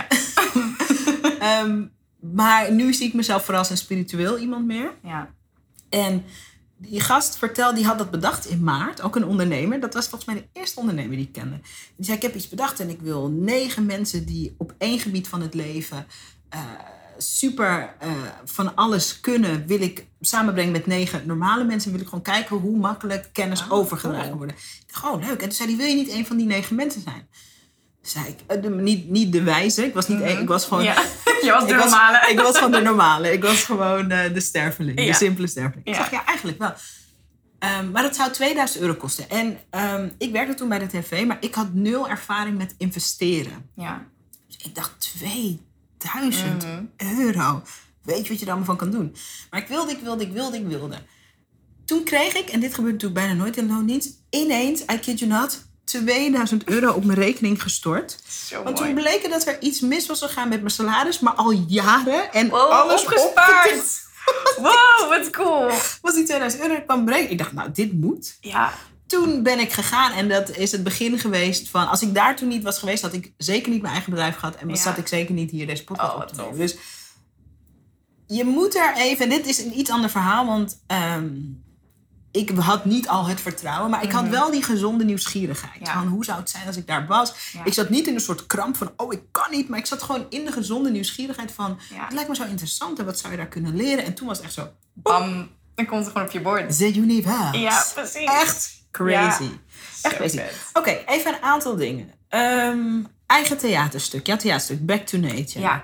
um, maar nu zie ik mezelf vooral als een spiritueel iemand meer. Ja. En... Die gast vertelde, die had dat bedacht in maart. Ook een ondernemer. Dat was volgens mij de eerste ondernemer die ik kende. Die zei, ik heb iets bedacht en ik wil negen mensen die op één gebied van het leven... Uh, super uh, van alles kunnen, wil ik samenbrengen met negen normale mensen. Wil ik gewoon kijken hoe makkelijk kennis oh, overgedragen wordt. Ik dacht, oh leuk. En toen zei hij, wil je niet een van die negen mensen zijn? Zei ik, uh, de, niet, niet de wijze. Ik was niet mm-hmm. een, ik was gewoon... Ja. Je was de ik normale. Was, ik was gewoon de normale. Ik was gewoon uh, de sterveling. Ja. De simpele sterveling. Ja. Ik zeg, ja, eigenlijk wel. Um, maar dat zou tweeduizend euro kosten. En um, ik werkte toen bij de tv, maar ik had nul ervaring met investeren. Ja. Dus ik dacht, tweeduizend mm-hmm. euro. Weet je wat je er allemaal van kan doen? Maar ik wilde, ik wilde, ik wilde, ik wilde. Toen kreeg ik, en dit gebeurt natuurlijk bijna nooit in de loondienst, ineens, I kid you not, tweeduizend euro op mijn rekening gestort. Zo Want mooi. toen bleek dat er iets mis was gegaan met mijn salaris, maar al jaren. En wow, alles opgespaard. Wow, wat cool. Was die tweeduizend euro kwam berekenen. Ik dacht, nou, dit moet. Ja. Toen ben ik gegaan en dat is het begin geweest van... Als ik daar toen niet was geweest, had ik zeker niet mijn eigen bedrijf gehad. En ja. zat ik zeker niet hier deze podcast oh, op te nemen. Dus je moet er even... En dit is een iets ander verhaal, want... Um, ik had niet al het vertrouwen, maar ik had wel die gezonde nieuwsgierigheid. Ja. Van hoe zou het zijn als ik daar was? Ja. Ik zat niet in een soort kramp van, oh, ik kan niet. Maar ik zat gewoon in de gezonde nieuwsgierigheid van, ja. het lijkt me zo interessant en wat zou je daar kunnen leren? En toen was het echt zo, bam, dan komt het gewoon op je bord. The universe. Ja, precies. Echt crazy. Ja. Echt crazy. Oké, okay, even een aantal dingen. Um, eigen theaterstuk. Ja, theaterstuk. Back to Nature. Ja.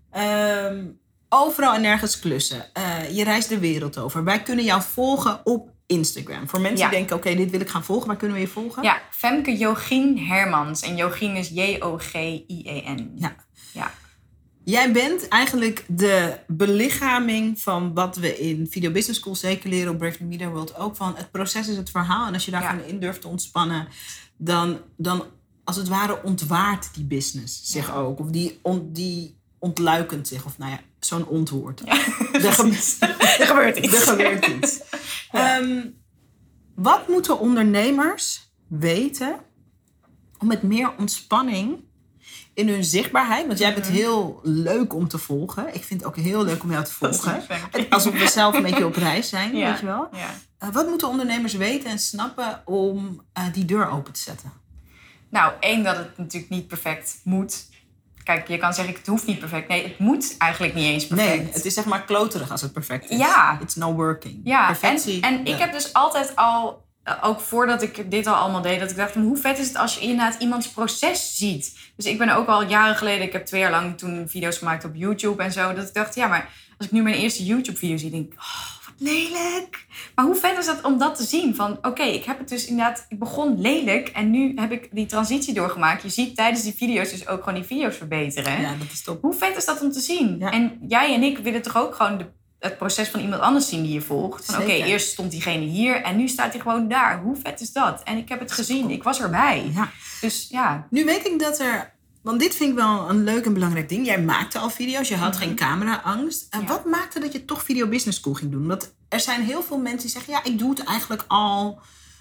Um, overal en nergens klussen. Uh, je reist de wereld over. Wij kunnen jou volgen op Instagram. Voor mensen ja. die denken, oké, okay, dit wil ik gaan volgen. Waar kunnen we je volgen? Ja, Femke Jogien Hermans. En Jogien is J O G I E N. Ja. Ja. Jij bent eigenlijk de belichaming van wat we in Video Business School zeker leren, op Brave New Media World ook, van het proces is het verhaal. En als je daarvan ja. in durft te ontspannen, dan, dan als het ware ontwaart die business zich ja. ook. Of die, on, die ontluikent zich. Of nou ja, zo'n ontwoord. Ja. Er, ge- er gebeurt iets. Er gebeurt iets. Ja. Um, wat moeten ondernemers weten om met meer ontspanning in hun zichtbaarheid, want jij bent heel leuk om te volgen. Ik vind het ook heel leuk om jou te volgen. Alsof we zelf een beetje op reis zijn, ja, weet je wel. Ja. Uh, wat moeten ondernemers weten en snappen om uh, die deur open te zetten? Nou, één, dat het natuurlijk niet perfect moet. Kijk, je kan zeggen, het hoeft niet perfect. Nee, het moet eigenlijk niet eens perfect. Nee, het is zeg maar kloterig als het perfect is. Ja. It's not working. Ja, Perfectie, en, en ja. ik heb dus altijd al, ook voordat ik dit al allemaal deed, dat ik dacht, hoe vet is het als je inderdaad iemands proces ziet. Dus ik ben ook al jaren geleden, ik heb twee jaar lang toen video's gemaakt op YouTube en zo, dat ik dacht, ja, maar als ik nu mijn eerste YouTube-video zie, denk ik, oh, wat lelijk. Maar hoe vet is dat om dat te zien? Van, oké, okay, ik heb het dus inderdaad, ik begon lelijk en nu heb ik die transitie doorgemaakt. Je ziet tijdens die video's dus ook gewoon die video's verbeteren. Ja, dat is top. Hoe vet is dat om te zien? Ja. En jij en ik willen toch ook gewoon de, het proces van iemand anders zien die je volgt. Van oké, okay, eerst stond diegene hier en nu staat hij gewoon daar. Hoe vet is dat? En ik heb het gezien, ik was erbij. Ja. Dus ja. Nu weet ik dat er, want dit vind ik wel een leuk en belangrijk ding. Jij maakte al video's, je had mm-hmm. geen camera-angst. En ja. wat maakte dat je toch Video Business School ging doen? Want er zijn heel veel mensen die zeggen, ja, ik doe het eigenlijk al.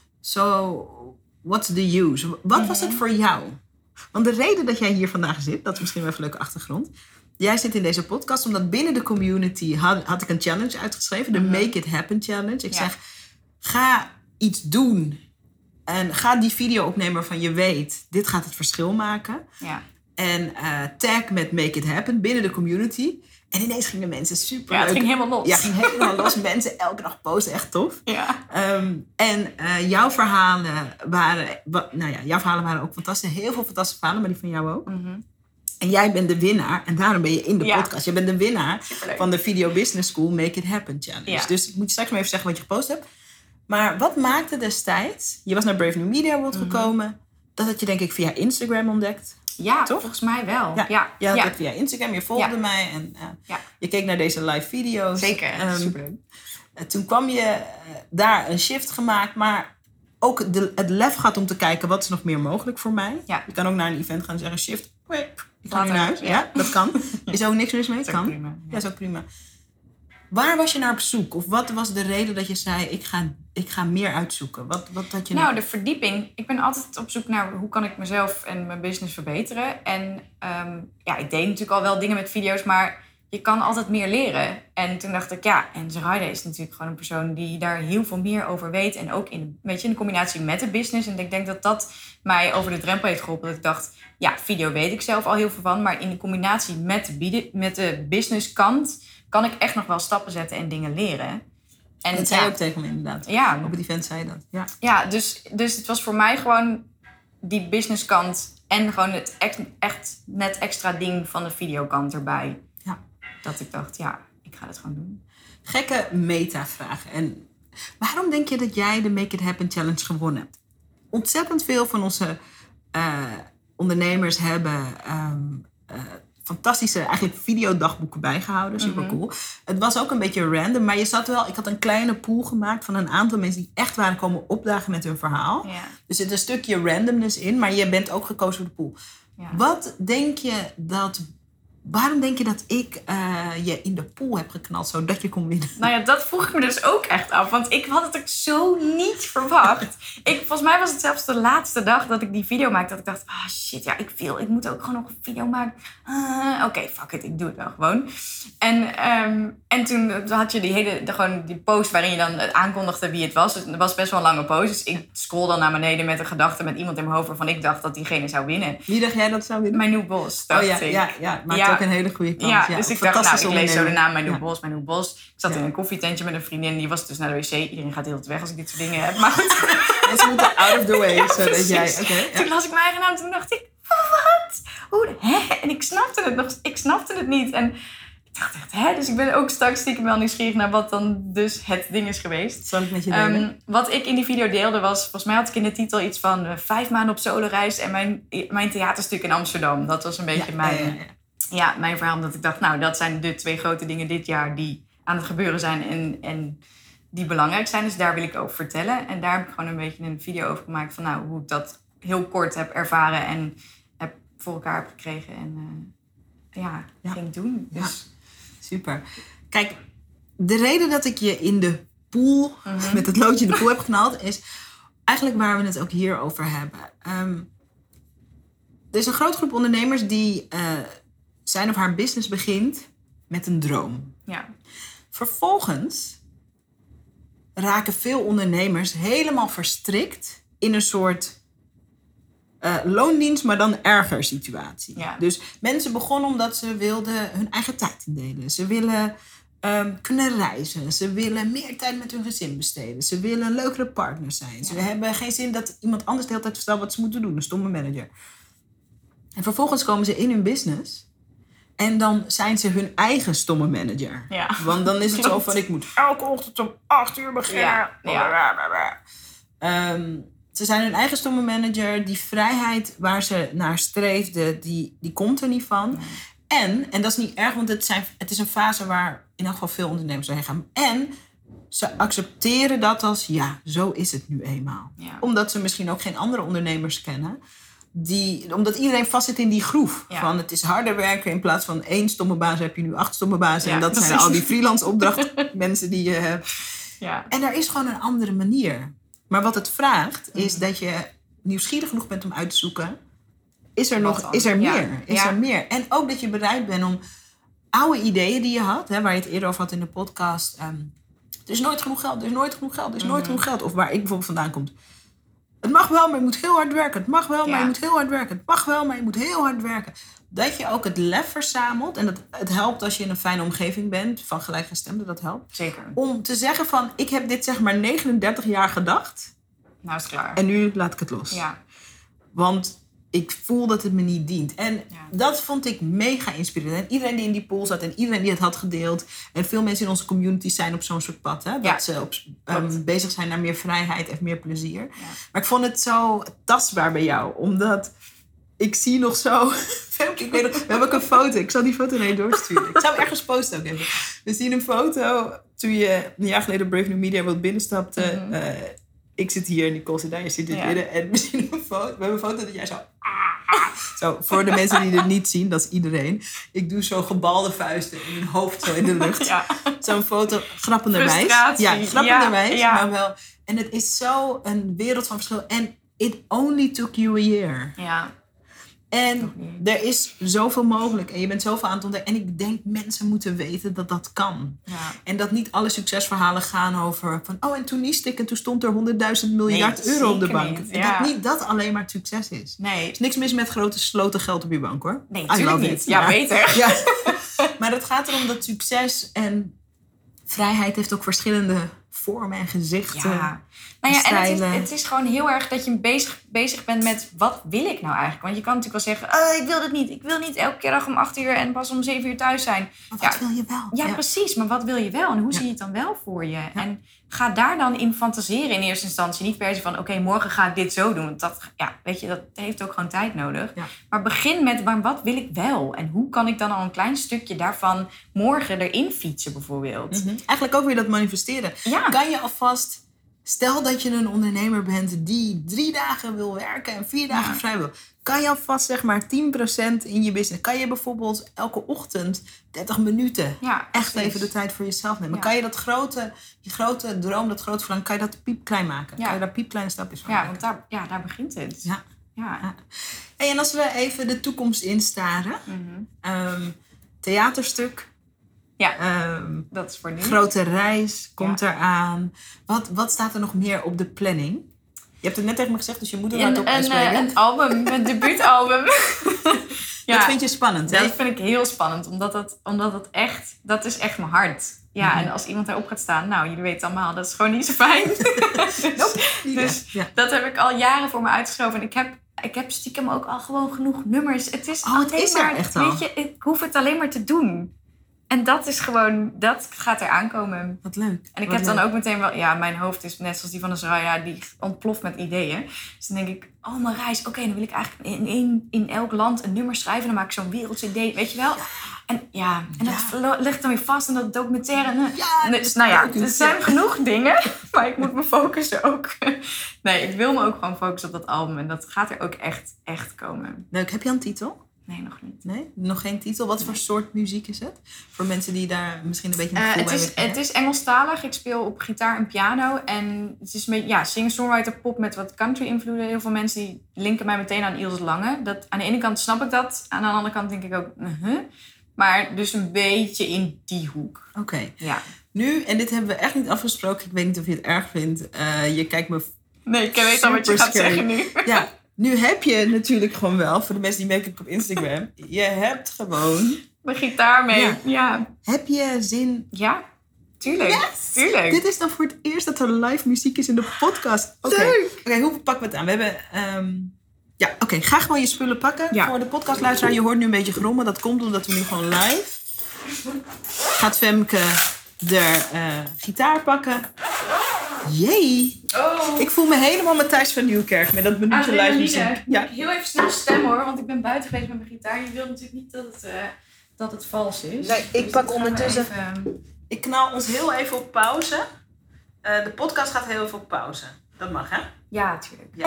So, what's the use? Wat mm-hmm. was het voor jou? Want de reden dat jij hier vandaag zit, dat is misschien wel even een leuke achtergrond. Jij zit in deze podcast omdat binnen de community had, had ik een challenge uitgeschreven. De mm-hmm. Make It Happen Challenge. Ik ja. zeg, ga iets doen. En ga die video opnemen waarvan je weet, dit gaat het verschil maken. Ja. En uh, tag met Make It Happen binnen de community. En ineens gingen mensen super Ja, het leuk. ging helemaal los. Ja, het ging helemaal los. Mensen elke dag posten, echt tof. Ja. Um, en uh, jouw verhalen waren, nou ja, jouw verhalen waren ook fantastisch. Heel veel fantastische verhalen, maar die van jou ook. Mm-hmm. En jij bent de winnaar, en daarom ben je in de ja. podcast. Je bent de winnaar Superleuk. van de Video Business School Make It Happen Challenge. Ja. Dus ik moet straks maar even zeggen wat je gepost hebt. Maar wat maakte destijds, je was naar Brave New Media World mm-hmm. gekomen, dat had je denk ik via Instagram ontdekt? Ja, toch? Volgens mij wel. Ja, ja. je had ja. het via Instagram, je volgde ja. mij en uh, ja. je keek naar deze live video's. Zeker, um, superleuk. Uh, toen kwam je uh, daar een shift gemaakt, maar ook de, het lef gaat om te kijken wat is nog meer mogelijk voor mij. Ja. Je kan ook naar een event gaan en zeggen shift, wait, ik ga Later, nu naar huis. Ja. ja, dat kan. Is ook niks mis mee, dat kan. Prima, ja. ja, is ook prima. Waar was je naar op zoek? Of wat was de reden dat je zei, ik ga, ik ga meer uitzoeken? Wat, wat had je nou, nou? de verdieping. Ik ben altijd op zoek naar hoe kan ik mezelf en mijn business verbeteren. En um, ja, ik deed natuurlijk al wel dingen met video's, maar je kan altijd meer leren. En toen dacht ik, ja, en Zoraida is natuurlijk gewoon een persoon die daar heel veel meer over weet. En ook in, weet je, in de combinatie met de business. En ik denk dat dat mij over de drempel heeft geholpen. Dat ik dacht, ja, video weet ik zelf al heel veel van. Maar in de combinatie met de, bieden, met de business kant kan ik echt nog wel stappen zetten en dingen leren. En dat zei ja, je ook tegen me inderdaad. Ja. Op het event zei je dat. Ja, ja dus, dus het was voor mij gewoon die business kant en gewoon het echt, echt net extra ding van de videokant erbij. Ja. Dat ik dacht, ja, ik ga het gewoon doen. Gekke meta-vraag. En waarom denk je dat jij de Make It Happen Challenge gewonnen hebt? Ontzettend veel van onze uh, ondernemers hebben um, uh, fantastische eigenlijk videodagboeken bijgehouden. Super cool. Mm-hmm. Het was ook een beetje random, maar je zat wel. Ik had een kleine pool gemaakt van een aantal mensen die echt waren komen opdagen met hun verhaal. Ja. Dus er zit een stukje randomness in, maar je bent ook gekozen voor de pool. Ja. Wat denk je dat waarom denk je dat ik uh, je in de pool heb geknald zodat je kon winnen? Nou ja, dat vroeg ik me dus ook echt af. Want ik had het ook zo niet verwacht. ik, volgens mij was het zelfs de laatste dag dat ik die video maakte. Dat ik dacht, ah oh shit, ja, ik wil. Ik moet ook gewoon nog een video maken. Uh, Oké, okay, fuck it, ik doe het wel gewoon. En, um, en toen had je die hele, de, gewoon die post waarin je dan aankondigde wie het was. Dus het was best wel een lange post. Dus ik scroll dan naar beneden met een gedachte met iemand in mijn hoofd waarvan ik dacht dat diegene zou winnen. Wie dacht jij dat zou winnen? Manu Bos, dacht oh ja, ik. ja, ja, maakt ja. ook een hele goede kans. Ja, ja, dus ik dacht, nou, ik lees zo de naam Manu ja. Bos, Manu Bos. Ik zat ja. in een koffietentje met een vriendin. Die was dus naar de wc. Iedereen gaat heel het weg als ik dit soort dingen heb. Maar goed. Mensen moeten out of the way. Ja, zodat jij, okay, ja. Toen las ik mijn eigen naam. Toen dacht ik, wat? Hoe? Hè? En ik snapte het nog. Ik snapte het niet. En ik dacht echt, hè? Dus ik ben ook straks stiekem wel nieuwsgierig naar wat dan dus het ding is geweest. Zal ik met je delen? Um, wat ik in die video deelde was, volgens mij had ik in de titel iets van uh, vijf maanden op soloreis en mijn, mijn theaterstuk in Amsterdam. Dat was een beetje ja, mijn, ja, ja, ja. Ja, mijn verhaal. Omdat ik dacht, nou, dat zijn de twee grote dingen dit jaar die aan het gebeuren zijn en, en die belangrijk zijn. Dus daar wil ik over vertellen. En daar heb ik gewoon een beetje een video over gemaakt van nou, hoe ik dat heel kort heb ervaren en heb voor elkaar heb gekregen en uh, ja, ja, ging doen. Dus... Ja. Super. Kijk, de reden dat ik je in de pool, mm-hmm. met het loodje in de pool heb geknald, is eigenlijk waar we het ook hier over hebben. Um, er is een grote groep ondernemers die uh, zijn of haar business begint met een droom. Ja. Vervolgens raken veel ondernemers helemaal verstrikt in een soort Uh, loondienst, maar dan erger situatie. Ja. Dus mensen begonnen omdat ze wilden hun eigen tijd indelen. Ze willen um, kunnen reizen. Ze willen meer tijd met hun gezin besteden. Ze willen een leukere partner zijn. Ja. Ze hebben geen zin dat iemand anders de hele tijd vertelt wat ze moeten doen. Een stomme manager. En vervolgens komen ze in hun business. En dan zijn ze hun eigen stomme manager. Ja. Want dan is het zo van, ik moet elke ochtend om acht uur beginnen. Ja. Ja. Um, Ze zijn hun eigen stomme manager. Die vrijheid waar ze naar streefden, die, die komt er niet van. Nee. En, en dat is niet erg, want het, zijn, het is een fase waar in elk geval veel ondernemers doorheen gaan. En ze accepteren dat als, ja, zo is het nu eenmaal. Ja. Omdat ze misschien ook geen andere ondernemers kennen. Die, omdat iedereen vastzit in die groef. Ja. Van het is harder werken. In plaats van één stomme baas heb je nu acht stomme bazen. Ja, en dat precies. zijn al die freelance opdrachtmensen die je hebt. Ja. En er is gewoon een andere manier. Maar wat het vraagt, is mm. dat je nieuwsgierig genoeg bent om uit te zoeken. Is er nog, is er ja. meer? Is ja. er meer? En ook dat je bereid bent om oude ideeën die je had, hè, waar je het eerder over had in de podcast. Um, er is nooit genoeg geld, er is nooit genoeg geld, er is nooit mm-hmm. genoeg geld. Of waar ik bijvoorbeeld vandaan kom. Het mag wel, maar je moet heel hard werken. Het mag wel, ja. maar je moet heel hard werken. Het mag wel, maar je moet heel hard werken. Dat je ook het lef verzamelt. En dat, het helpt als je in een fijne omgeving bent. Van gelijkgestemden, dat helpt. Zeker. Om te zeggen van, ik heb dit zeg maar negenendertig jaar gedacht. Nou is het klaar. En nu laat ik het los. Ja. Want ik voel dat het me niet dient. En ja. dat vond ik mega inspirerend. En iedereen die in die pool zat en iedereen die het had gedeeld. En veel mensen in onze community zijn op zo'n soort pad. Hè? Dat ja. ze op, um, bezig zijn naar meer vrijheid en meer plezier. Ja. Maar ik vond het zo tastbaar bij jou. Omdat ik zie nog zo... ik weet nog, we hebben ook een foto. Ik zal die foto naar je doorsturen. Ik zou hem ergens posten ook even. We zien een foto toen je een jaar geleden op Brave New Media wat binnenstapte. Mm-hmm. Uh, ik zit hier en Nicole zit daar. Je zit hier ja. binnen. En we zien een foto. We hebben een foto dat jij zo... Zo, voor de mensen die het niet zien, dat is iedereen. Ik doe zo gebalde vuisten in mijn hoofd zo in de lucht. Ja. Zo'n foto, grappenderwijs. Frustratie. Ja, grappenderwijs. Ja, ja. Maar wel. En het is zo een wereld van verschil. En it only took you a year. Ja. En er is zoveel mogelijk. En je bent zoveel aan het ontdekken. En ik denk mensen moeten weten dat dat kan. Ja. En dat niet alle succesverhalen gaan over... van oh, en toen nieste ik en toen stond er honderdduizend miljard nee, euro op de bank. Niet. En ja. dat niet dat alleen maar het succes is. Nee. Er is niks mis met grote sloten geld op je bank, hoor. Nee, natuurlijk niet. It. Ja, maar, beter. Ja. Maar het gaat erom dat succes en vrijheid heeft ook verschillende vormen en gezichten. Ja. Nou ja, en het is, het is gewoon heel erg dat je bezig, bezig bent met wat wil ik nou eigenlijk? Want je kan natuurlijk wel zeggen, oh, ik wil dit niet. Ik wil niet elke keer om acht uur en pas om zeven uur thuis zijn. Maar wat ja, wil je wel? Ja, ja, precies. Maar wat wil je wel? En hoe ja. zie je het dan wel voor je? Ja. En ga daar dan in fantaseren in eerste instantie. Niet per se van, oké, okay, morgen ga ik dit zo doen. Want dat, ja, weet je, dat heeft ook gewoon tijd nodig. Ja. Maar begin met, maar wat wil ik wel? En hoe kan ik dan al een klein stukje daarvan morgen erin fietsen bijvoorbeeld? Mm-hmm. Eigenlijk ook weer dat manifesteren. Ja. Kan je alvast Stel dat je een ondernemer bent die drie dagen wil werken en vier dagen Ja. vrij wil. Kan je alvast zeg maar tien procent in je business. Kan je bijvoorbeeld elke ochtend dertig minuten Ja, echt precies. even de tijd voor jezelf nemen. Ja. Kan je dat grote, die grote droom, dat grote verlangen, kan je dat piepklein maken? Ja. Kan je daar piepkleine stapjes van Ja, maken? want daar, ja, daar begint het. Ja. Ja. Ja. Hey, en als we even de toekomst instaren. Mhm. Ehm, theaterstuk. Ja. Ehm, Dat is voor nu. grote reis komt eraan. Wat, wat staat er nog meer op de planning? Je hebt het net tegen me gezegd, dus je moet er Een, wat op een, uitspreken. eh, een album, een debuutalbum. Dat vind je spannend, hè? Dat vind ik heel spannend, omdat dat, omdat dat echt, dat is echt mijn hart. Ja, Mhm. en als iemand daarop gaat staan, nou, jullie weten allemaal, dat is gewoon niet zo fijn. dus dus Ja. dat heb ik al jaren voor me uitgeschoven. En ik heb, ik heb stiekem ook al gewoon genoeg nummers. Het is Oh, het alleen is er maar, echt al. weet je, ik hoef het alleen maar te doen. En dat is gewoon, dat gaat er aankomen. Wat leuk. En ik Wat heb dan leuk. ook meteen wel... Ja, mijn hoofd is net zoals die van de Soraya, die ontploft met ideeën. Dus dan denk ik, oh, mijn reis. Oké, dan wil ik eigenlijk in, in, in elk land een nummer schrijven. Dan maak ik zo'n werelds idee, weet je wel? Ja. En ja, en dat Ja. ligt dan weer vast in dat documentaire. En, Ja, en dus, nou ja, ook er iets, zijn ja. genoeg dingen. Maar ik moet me focussen ook. Nee, ik wil me ook gewoon focussen op dat album. En dat gaat er ook echt, echt komen. Leuk. Heb je een titel? Nee, nog niet. Nee? Nog geen titel? Wat voor soort muziek is het? Voor mensen die daar misschien een beetje een Uh, gevoel het, bij is, hebben. het is Engelstalig. Ik speel op gitaar en piano. En het is een beetje, ja, singer-songwriter pop met wat country-invloeden. Heel veel mensen die linken mij meteen aan Ilse Lange. Dat, aan de ene kant snap ik dat. Aan de andere kant denk ik ook, uh-huh. Maar dus een beetje in die hoek. Oké. Okay. Ja. Nu, en dit hebben we echt niet afgesproken. Ik weet niet of je het erg vindt. Uh, je kijkt me... Nee, ik weet al wat je gaat zeggen nu. Ja, nu heb je natuurlijk gewoon wel, voor de mensen die merken op Instagram, je hebt gewoon... Mijn gitaar mee, ja. ja. Heb je zin... Ja, tuurlijk. Yes! tuurlijk. Dit is dan voor het eerst dat er live muziek is in de podcast. Oké, okay. okay, hoe pakken we het aan? We hebben... Um... Ja, oké. Okay. Ga gewoon je spullen pakken. Ja. Voor de podcastluisteraar, je hoort nu een beetje grommen. Dat komt omdat we nu gewoon live... Gaat Femke de uh, gitaar pakken. Jee. Oh. Ik voel me helemaal Matthijs van Nieuwkerk met dat minuutje live muziek. Ja. Heel even snel stemmen hoor, want ik ben buiten geweest met mijn gitaar. Je wilt natuurlijk niet dat het, uh, dat het vals is. Nee, ik dus pak ondertussen... Even... Ik knal ons heel even op pauze. Uh, de podcast gaat heel even op pauze. Dat mag, hè? Ja, tuurlijk. Ja.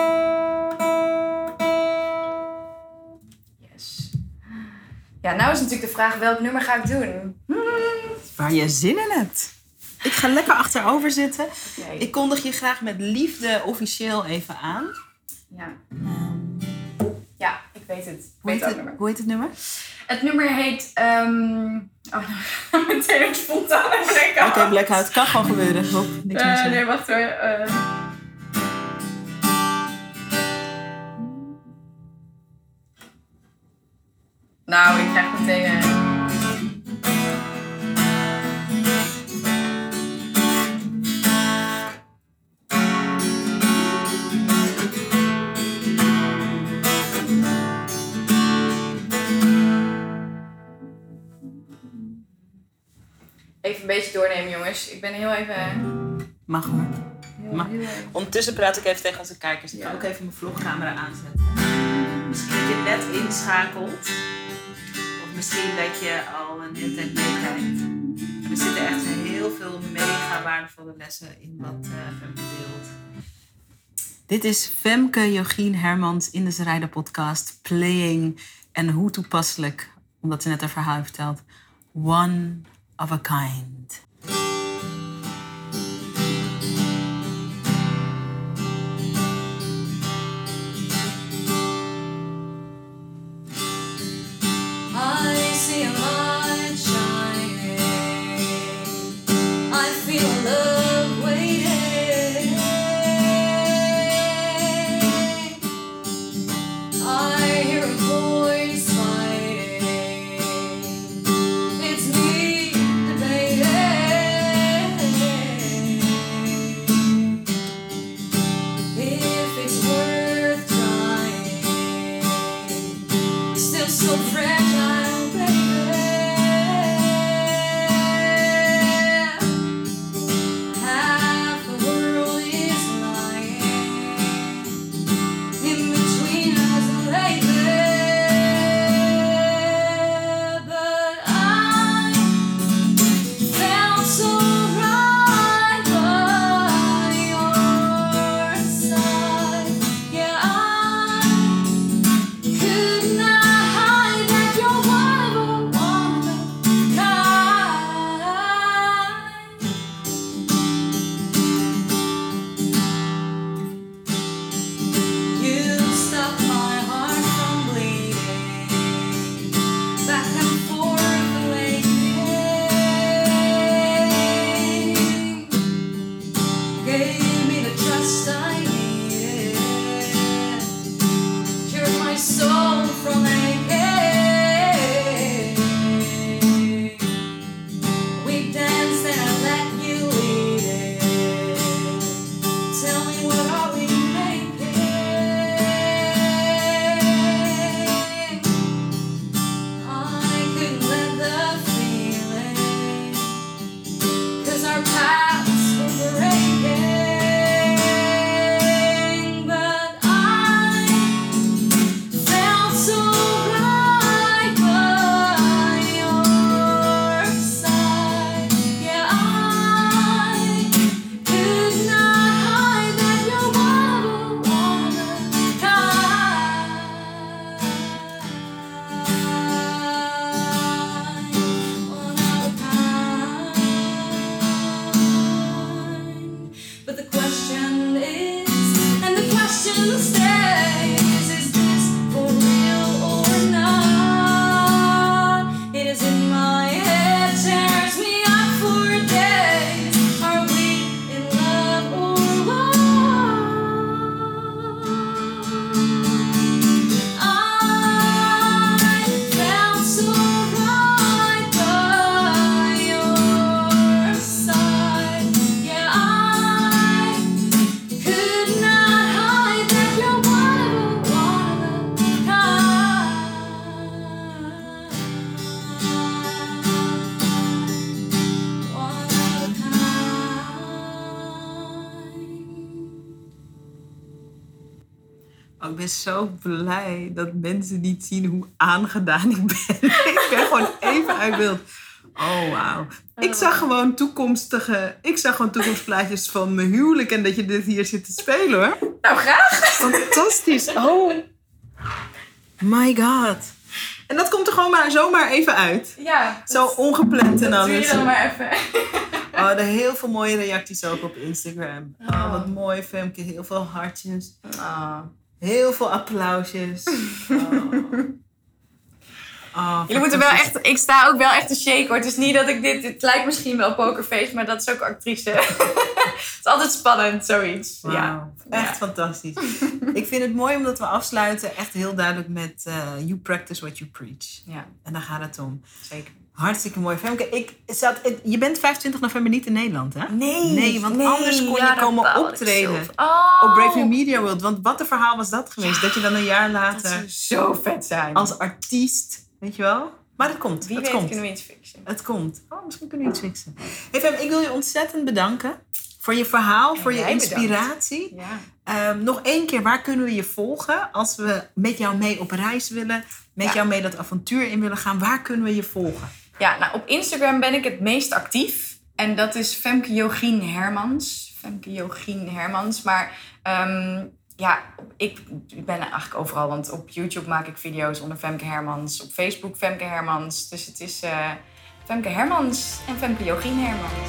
Yes. Ja, nou is natuurlijk de vraag, welk nummer ga ik doen? Hmm. Waar je zin in hebt. Ik ga lekker achterover zitten. Okay. Ik kondig je graag met liefde officieel even aan. Ja. Ja, ik weet het. Ik hoe, weet heet het nummer. hoe heet het nummer? Het nummer heet... Um... Oh, meteen een spontane denken. Oké, okay, blackout. Kan gewoon gebeuren. Hop, niks uh, meer nee, wacht hoor. Uh... Nou, ik krijg meteen... Uh... Even een beetje doornemen, jongens. Ik ben heel even... Mag hoor. Heel, Mag. Heel Ondertussen praat ik even tegen onze kijkers. Ik ja. ga ook even mijn vlogcamera aanzetten. Misschien dat je net inschakelt. Of misschien dat je al een hele tijd meekijkt. Er zitten echt heel veel mega waardevolle lessen in wat uh, Femke deelt. Dit is Femke Jogien Hermans in de Zaraida podcast. Playing. En hoe toepasselijk, omdat ze net haar verhaal vertelt. One of a kind. I see a light shining. I feel love waiting. I hear a voice fighting. It's me debating. Oh, ik ben zo blij dat mensen niet zien hoe aangedaan ik ben. Ik ben gewoon even uit beeld. Oh, wauw. Ik zag gewoon toekomstige... Ik zag gewoon toekomstplaatjes van mijn huwelijk en dat je dit hier zit te spelen, hoor. Nou, graag. Fantastisch. Oh. My god. En dat komt er gewoon maar zomaar even uit. Ja. Zo ongepland en Dat doe alles. je dan maar even. Oh, er heel veel mooie reacties ook op Instagram. Oh, Oh. wat mooi, Femke. Heel veel hartjes. Oh. Heel veel applausjes. Oh. Oh, Jullie moeten wel fantastisch. echt... Ik sta ook wel echt te shaken, hoor. Het is niet dat ik dit... Het lijkt misschien wel pokerface, maar dat is ook actrice. Het is altijd spannend, zoiets. Wauw, Ja. echt Ja. fantastisch. Ik vind het mooi omdat we afsluiten echt heel duidelijk met uh, you practice what you preach. Ja, En daar gaat het om. zeker. Hartstikke mooi. Femke, ik zat, je bent vijfentwintig november niet in Nederland, hè? Nee. Nee, want anders kon je ja, dat komen baal ik optreden. zo van. Oh. Op Brave New Media World. Want wat een verhaal was dat geweest? Dat je dan een jaar Dat later zou zo vet zijn. als artiest, weet je wel? Maar het komt. Wie het weet komt. kunnen we iets fixen. Het komt. Oh, misschien kunnen we iets fixen. Hey Fem, ik wil je ontzettend bedanken voor je verhaal, En voor je jij bedankt. inspiratie. Ja. Um, nog één keer, waar kunnen we je volgen? Als we met jou mee op reis willen, met Ja. jou mee dat avontuur in willen gaan, waar kunnen we je volgen? Ja, nou op Instagram ben ik het meest actief. En dat is Femke Jogien Hermans. Femke Jogien Hermans. Maar um, ja, ik ben eigenlijk overal. Want op YouTube maak ik video's onder Femke Hermans. Op Facebook Femke Hermans. Dus het is uh, Femke Hermans en Femke Jogien Hermans.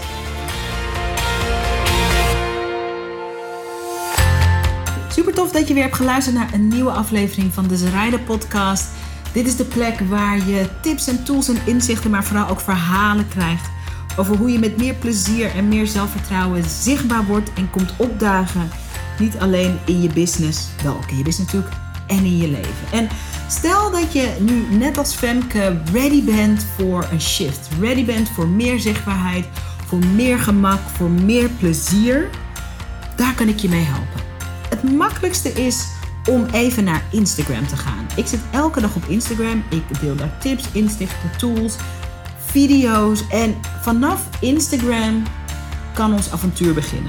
Super tof dat je weer hebt geluisterd naar een nieuwe aflevering van de Zoraida podcast. Dit is de plek waar je tips en tools en inzichten, maar vooral ook verhalen krijgt over hoe je met meer plezier en meer zelfvertrouwen zichtbaar wordt en komt opdagen. Niet alleen in je business, wel ook in je business natuurlijk, en in je leven. En stel dat je nu net als Femke ready bent voor een shift. Ready bent voor meer zichtbaarheid, voor meer gemak, voor meer plezier. Daar kan ik je mee helpen. Het makkelijkste is om even naar Instagram te gaan. Ik zit elke dag op Instagram. Ik deel daar tips, inzichten, tools, video's. En vanaf Instagram kan ons avontuur beginnen.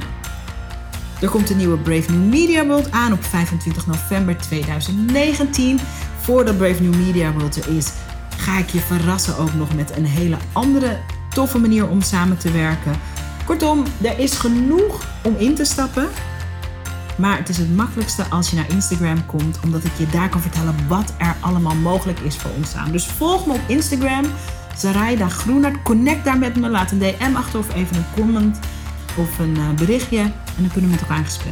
Er komt een nieuwe Brave New Media World aan op vijfentwintig november tweeduizend negentien. Voordat Brave New Media World er is, ga ik je verrassen ook nog met een hele andere toffe manier om samen te werken. Kortom, er is genoeg om in te stappen. Maar het is het makkelijkste als je naar Instagram komt, omdat ik je daar kan vertellen wat er allemaal mogelijk is voor ons samen. Dus volg me op Instagram, Zoraida Groenart. Connect daar met me, laat een D M achter of even een comment of een uh, berichtje. En dan kunnen we met elkaar in gesprek.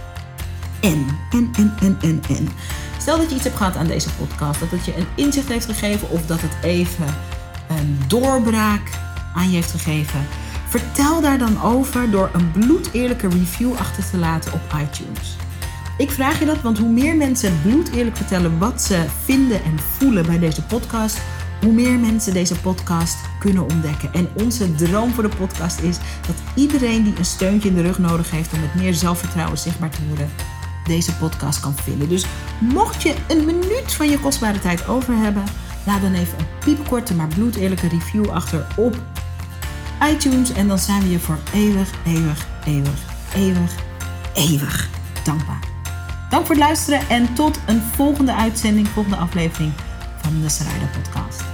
En, en, en, en, en, en. Stel dat je iets hebt gehad aan deze podcast, dat het je een inzicht heeft gegeven of dat het even een doorbraak aan je heeft gegeven. Vertel daar dan over door een bloedeerlijke review achter te laten op iTunes. Ik vraag je dat, want hoe meer mensen bloedeerlijk vertellen wat ze vinden en voelen bij deze podcast, hoe meer mensen deze podcast kunnen ontdekken. En onze droom voor de podcast is dat iedereen die een steuntje in de rug nodig heeft om met meer zelfvertrouwen zichtbaar te worden, deze podcast kan vinden. Dus mocht je een minuut van je kostbare tijd over hebben, laat dan even een piepkorte maar bloedeerlijke review achter op iTunes. En dan zijn we je voor eeuwig, eeuwig, eeuwig, eeuwig, eeuwig dankbaar. Dank voor het luisteren en tot een volgende uitzending, volgende aflevering van de Zoraida podcast.